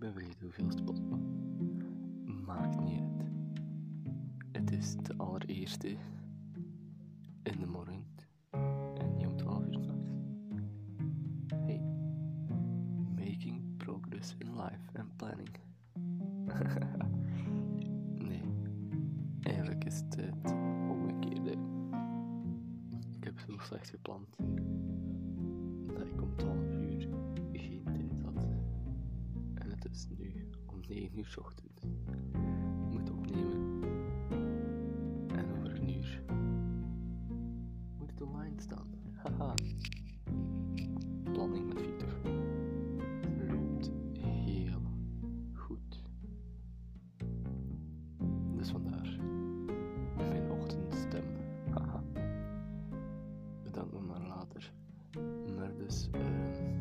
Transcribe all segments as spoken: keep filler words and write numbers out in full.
ben vergeten hoeveelste podcast. Maakt niet uit. Het is de allereerste in de morgen en niet om twaalf uur s'nachts. Hey, making progress in life and planning. Nee, eigenlijk is het het omgekeerde. Ik heb zo slecht gepland dat ik om twaalf uur geen tijd had. En het is nu om negen uur 's ochtends. Ik moet opnemen. En over een uur moet het online staan. Haha. Planning met Victor loopt heel goed. Dus vandaar mijn ochtendstem. Haha. Bedankt me maar later. Maar dus, ehm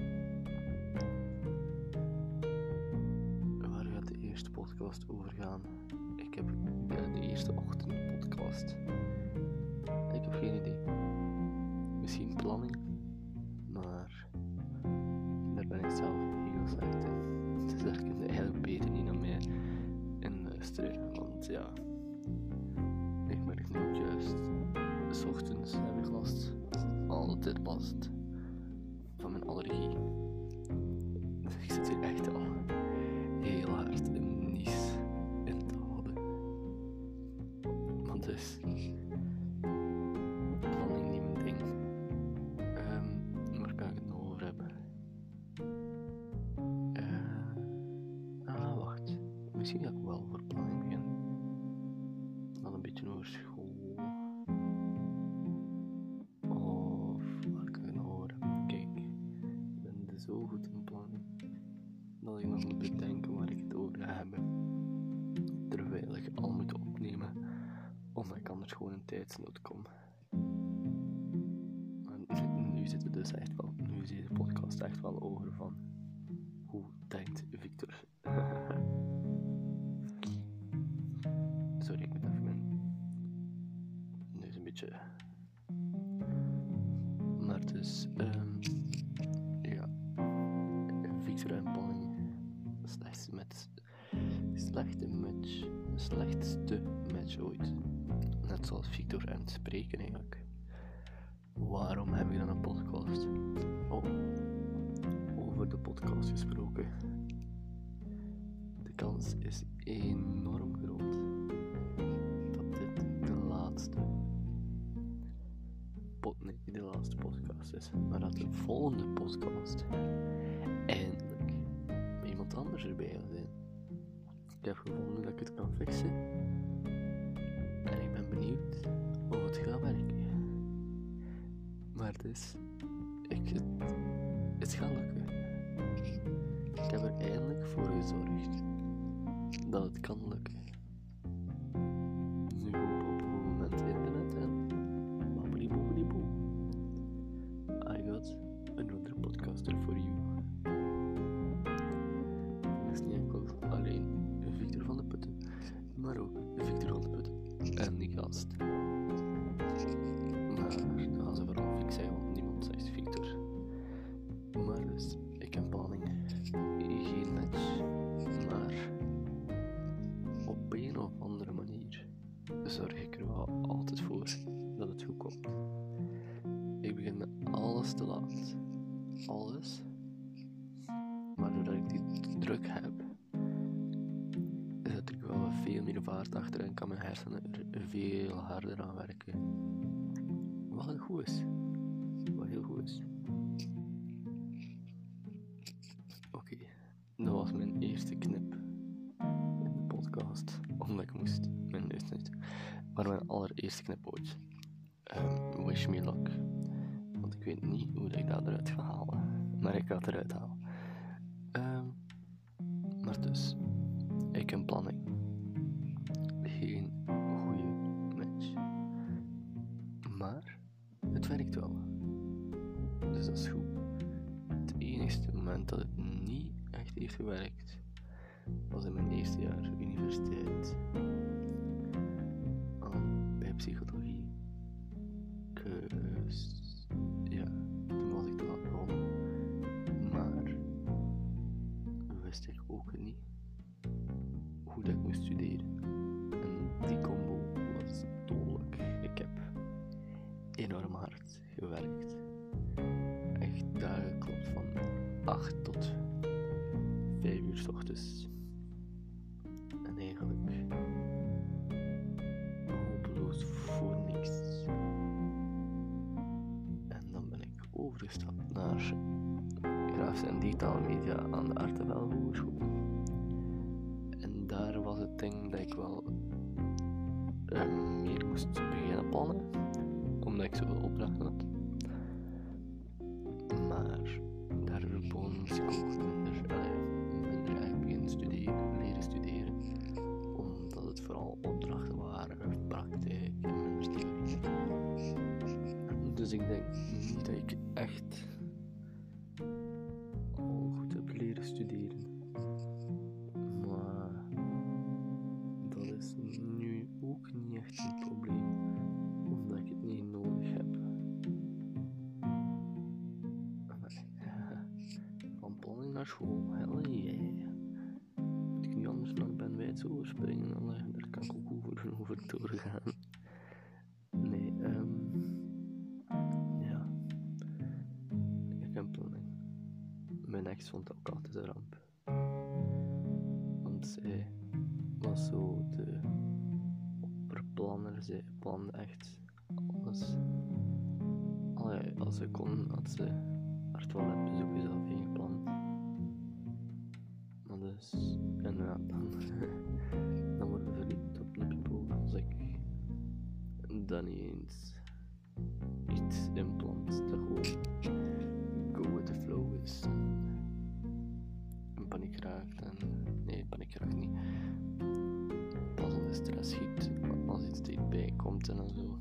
waar gaat de eerste podcast over gaan? Ik heb ja, de eerste ochtendpodcast. Ik heb geen idee. Misschien planning, maar daar ben ik zelf heel slecht in. Dus daar kun je eigenlijk beter niet naar mij in luisteren, want ja, ik merk nu ook juist, 's ochtends heb ik last, altijd last van mijn allergie. Dus ik zit hier echt al heel hard in nies in te houden. Want dus, planning niet mijn ding. Um, waar kan ik het nog over hebben? Uh, ah, wacht. Misschien ga ik wel voor planning beginnen. Dan een beetje over school. Of waar kan ik het nog over hebben? Kijk, ik ben zo goed in planning dat ik nog moet bedenken waar ik het over ga hebben. Terwijl ik al moet opnemen, omdat ik anders gewoon in tijdsnood kom. En nu zit het dus echt wel, nu is deze podcast echt wel over van hoe denkt Victor. Sorry, ik moet even mijn neus een beetje. Maar dus, um, ja, Victor en planning, slechtste met, slechte match, slechtste match ooit. Net zoals Victor en het spreken eigenlijk. Waarom heb ik dan een podcast? Oh, over de podcast gesproken. De kans is enorm groot dat dit de laatste pod, nee, niet de laatste podcast is, maar dat de volgende podcast eindelijk met iemand anders erbij gaat zijn. Ik heb gevonden dat ik het kan fixen en ik ben benieuwd of het gaat werken. Maar dus, ik, het, het gaat lukken. Ik heb er eindelijk voor gezorgd dat het kan lukken. Nu hopen op het moment internet en babbelieboebelieboe. I got another podcaster for you. Het is niet enkel alleen Victor van de Putten, maar ook Victor van de Putten en die gast. Maar dat gaan ze vooral fix zijn, want niemand zegt Victor. Maar dus, ik heb planning. Geen match. Maar op een of andere manier zorg ik er wel altijd voor dat het goed komt. Ik begin met alles te laat. Alles. Maar doordat ik die druk heb, zet ik wel veel meer vaart achter en kan mijn hersenen er veel harder aan werken. Wat heel goed is. Wat heel goed is. Oké, okay, dat was mijn eerste knip in de podcast. Omdat ik moest mijn neus niet. Maar mijn allereerste knip ooit. Um, wish me luck. Want ik weet niet hoe ik dat eruit ga halen. Maar ik ga het eruit halen. Um, maar dus, ik heb planning. Geen goede match. Maar het werkt wel. Dus dat is goed. Het enige moment dat het niet echt heeft gewerkt was in mijn eerste jaar universiteit um, bij psychologie. Dus ja, toen was ik te laat begonnen. Maar we wist ik ook niet hoe dat ik moest studeren. En die combo was dodelijk. Ik heb enorm hard gewerkt. Echt dagen klopt van acht tot vijf uur 's ochtends. En eigenlijk hopeloos voor niks. En dan ben ik overgestapt naar grafische en digitale media aan de Artevelde Hogeschool. En daar was het ding dat ik wel uh, meer moest beginnen plannen, omdat ik zoveel opdrachten had. Maar daar begon ik ook minder, allee, minder eigenlijk beginnen studeren, leren studeren, omdat het vooral opdrachten waren, praktijk en minder theorie. Dus ik denk niet dat ik echt al goed heb leren studeren. Maar dat is nu ook niet echt een probleem, omdat ik het niet nodig heb. Van planning naar school, hell yeah. Moet ik niet anders naar Ben Wijts overspringen, allee, daar kan ik ook over, over doorgaan. Nee, um, ja. Ik heb planning. Mijn ex vond dat ook altijd een ramp. Want zij was zo de opperplanner, zij plande echt alles. Allee, als ze kon, had ze haar toiletbezoeken zelf ingepland. Maar dus, en ja, dan, dan worden we verliefd op een people als ik dan niet eens iets inplant, dat gewoon go with the flow is. En paniek raakt en, nee, paniek raakt niet. Pas in de stress schiet als iets dichtbij komt en dan zo.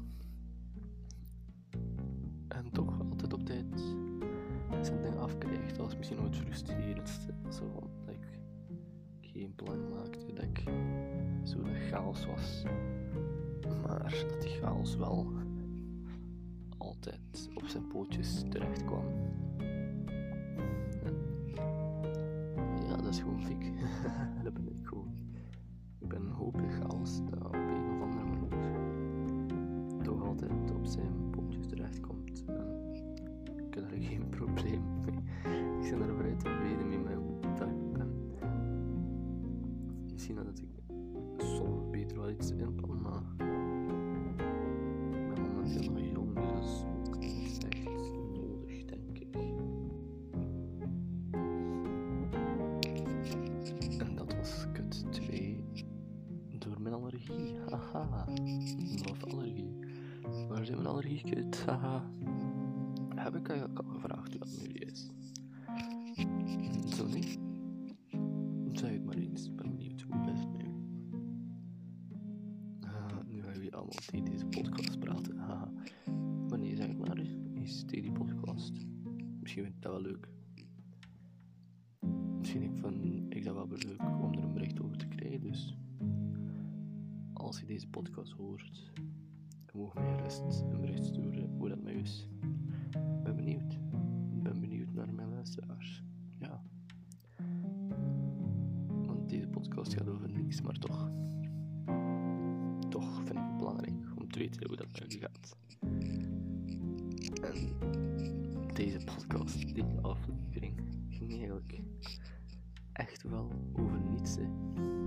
En toch altijd op tijd zijn ding afkrijgt. Dat was misschien ook het frustrerendste. Zo van dat ik geen plan maakte, dat ik zo de chaos was. Maar dat die chaos wel altijd op zijn pootjes terecht kwam. En ja, dat is gewoon fik. Dat ben ik gewoon. Ik ben een hoopig chaos dat op een of andere manier toch altijd op zijn pootjes terecht komt. En ik heb daar geen probleem mee. Ik ben er vrij tevreden mee met hoe dat ik ben. Misschien dat ik soms beter wel iets inplan, maar ik ben momenteel nog jong, dus dat is ook niet echt nodig, denk ik. En dat was kut twee door mijn allergie, haha. Of allergie. Waar zijn mijn allergie kut, haha. Heb ik eigenlijk al gevraagd hoe dat nu is? Zo niet? Zeg het maar eens, ik ben benieuwd hoe best nu. Uh, nu gaan jullie allemaal tegen deze podcast praten, haha. Maar nee, zeg het maar eens tegen die podcast. Misschien vind ik dat wel leuk. Misschien ik vind ik dat wel leuk om er een bericht over te krijgen, dus als je deze podcast hoort, dan mag mij rust een bericht sturen hoe dat mij is. Ik ben benieuwd. Ik ben benieuwd naar mijn luisteraars. Ja. Want deze podcast gaat over niks, maar toch. Toch vind ik het belangrijk om te weten hoe dat met jullie gaat. En deze podcast, deze aflevering, ging eigenlijk echt wel over niets, hè.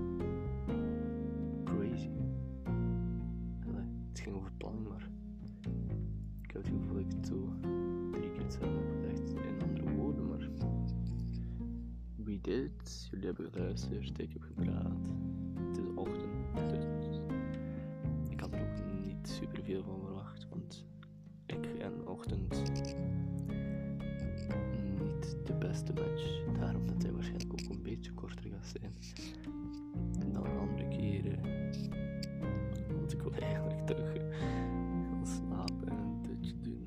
Crazy. Allee, het ging over planning, maar ik heb het gevoel dat ik het zo drie keer hetzelfde heb gezegd in andere woorden, maar we did it. Jullie hebben geluisterd, ik heb gepraat. Het is ochtend, dus ik had er ook niet super veel van verwacht, want ik en ochtend niet de beste match. Daarom dat hij waarschijnlijk ook een beetje korter gaat zijn dan andere keren. Want ik wil eigenlijk terug gaan slapen en een dutje doen.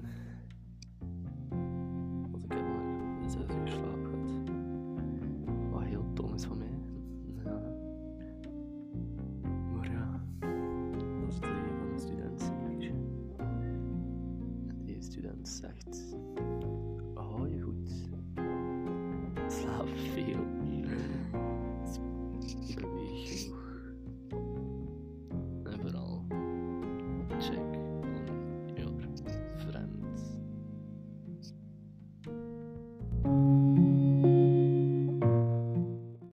Want ik heb maar zes uur slaap gehad. Wat heel dom is van mij. Ja. Maar ja, dat is het leven van een student hier. En die student zegt: hou je goed, slaap veel.